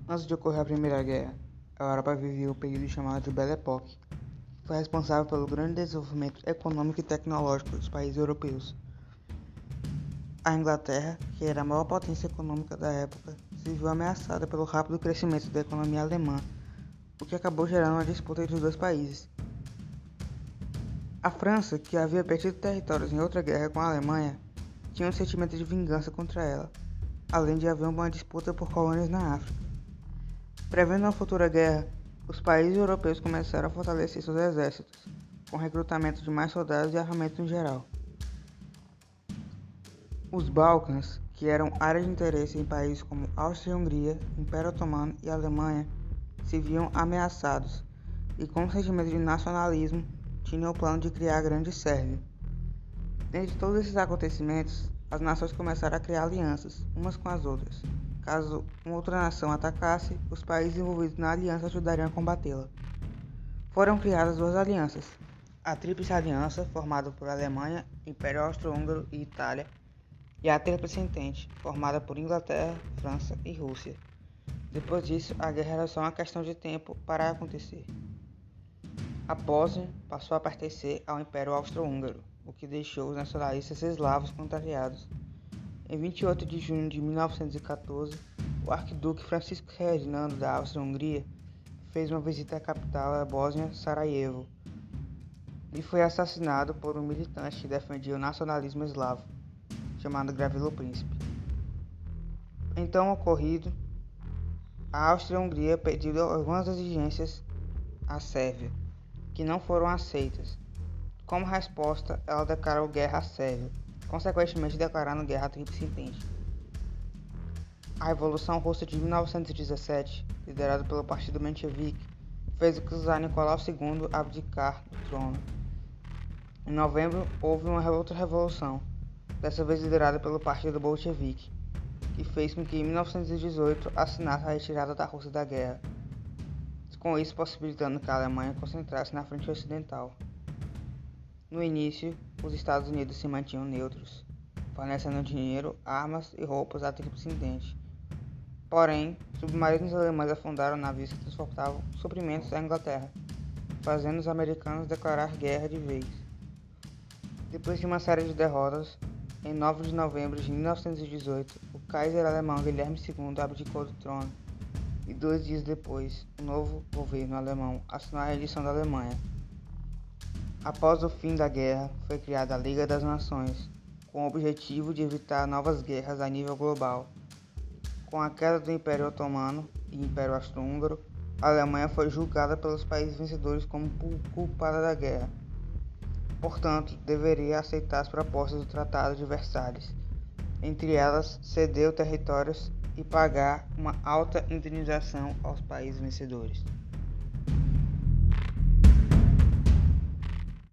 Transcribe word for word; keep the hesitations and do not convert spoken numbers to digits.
Antes de ocorrer a Primeira Guerra, a Europa vivia o período chamado de Belle Époque, que foi responsável pelo grande desenvolvimento econômico e tecnológico dos países europeus. A Inglaterra, que era a maior potência econômica da época, se viu ameaçada pelo rápido crescimento da economia alemã, o que acabou gerando uma disputa entre os dois países. A França, que havia perdido territórios em outra guerra com a Alemanha, tinha um sentimento de vingança contra ela, além de haver uma disputa por colônias na África. Prevendo uma futura guerra, os países europeus começaram a fortalecer seus exércitos, com recrutamento de mais soldados e armamento em geral. Os Balcãs, que eram áreas de interesse em países como Áustria e Hungria, Império Otomano e Alemanha, se viam ameaçados, e com um sentimento de nacionalismo, tinham o plano de criar a Grande Sérvia. Dentre todos esses acontecimentos, as nações começaram a criar alianças, umas com as outras. Caso uma outra nação atacasse, os países envolvidos na aliança ajudariam a combatê-la. Foram criadas duas alianças: a Tríplice Aliança, formada por Alemanha, Império Austro-Húngaro e Itália, e a Tríplice Entente, formada por Inglaterra, França e Rússia. Depois disso, a guerra era só uma questão de tempo para acontecer. A Bósnia passou a pertencer ao Império Austro-Húngaro, o que deixou os nacionalistas eslavos contrariados. Em vinte e oito de junho de mil novecentos e quatorze, o arquiduque Francisco Ferdinando da Áustria-Hungria fez uma visita à capital da Bósnia, Sarajevo, e foi assassinado por um militante que defendia o nacionalismo eslavo, chamado Gavrilo Princip. Então ocorrido, a Áustria-Hungria pediu algumas exigências à Sérvia, que não foram aceitas. Como resposta, ela declarou guerra à Sérvia, consequentemente declarando guerra à Tríplice Entente. A Revolução Russa de mil novecentos e dezessete, liderada pelo Partido Menchevique, fez o czar Nicolau segundo abdicar do trono. Em novembro, houve uma outra revolução, dessa vez liderada pelo Partido Bolchevique, que fez com que em mil novecentos e dezoito assinasse a retirada da Rússia da guerra, com isso possibilitando que a Alemanha concentrasse na frente ocidental. No início, os Estados Unidos se mantinham neutros, fornecendo dinheiro, armas e roupas à Tríplice Entente. Porém, submarinos alemães afundaram navios que transportavam suprimentos à Inglaterra, fazendo os americanos declarar guerra de vez. Depois de uma série de derrotas, em nove de novembro de mil novecentos e dezoito, o Kaiser alemão Guilherme segundo abdicou do trono, e dois dias depois, o novo governo alemão assinou a rendição da Alemanha. Após o fim da guerra, foi criada a Liga das Nações, com o objetivo de evitar novas guerras a nível global. Com a queda do Império Otomano e Império Austro-Húngaro, a Alemanha foi julgada pelos países vencedores como culpada da guerra. Portanto, deveria aceitar as propostas do Tratado de Versalhes, entre elas ceder territórios e pagar uma alta indenização aos países vencedores.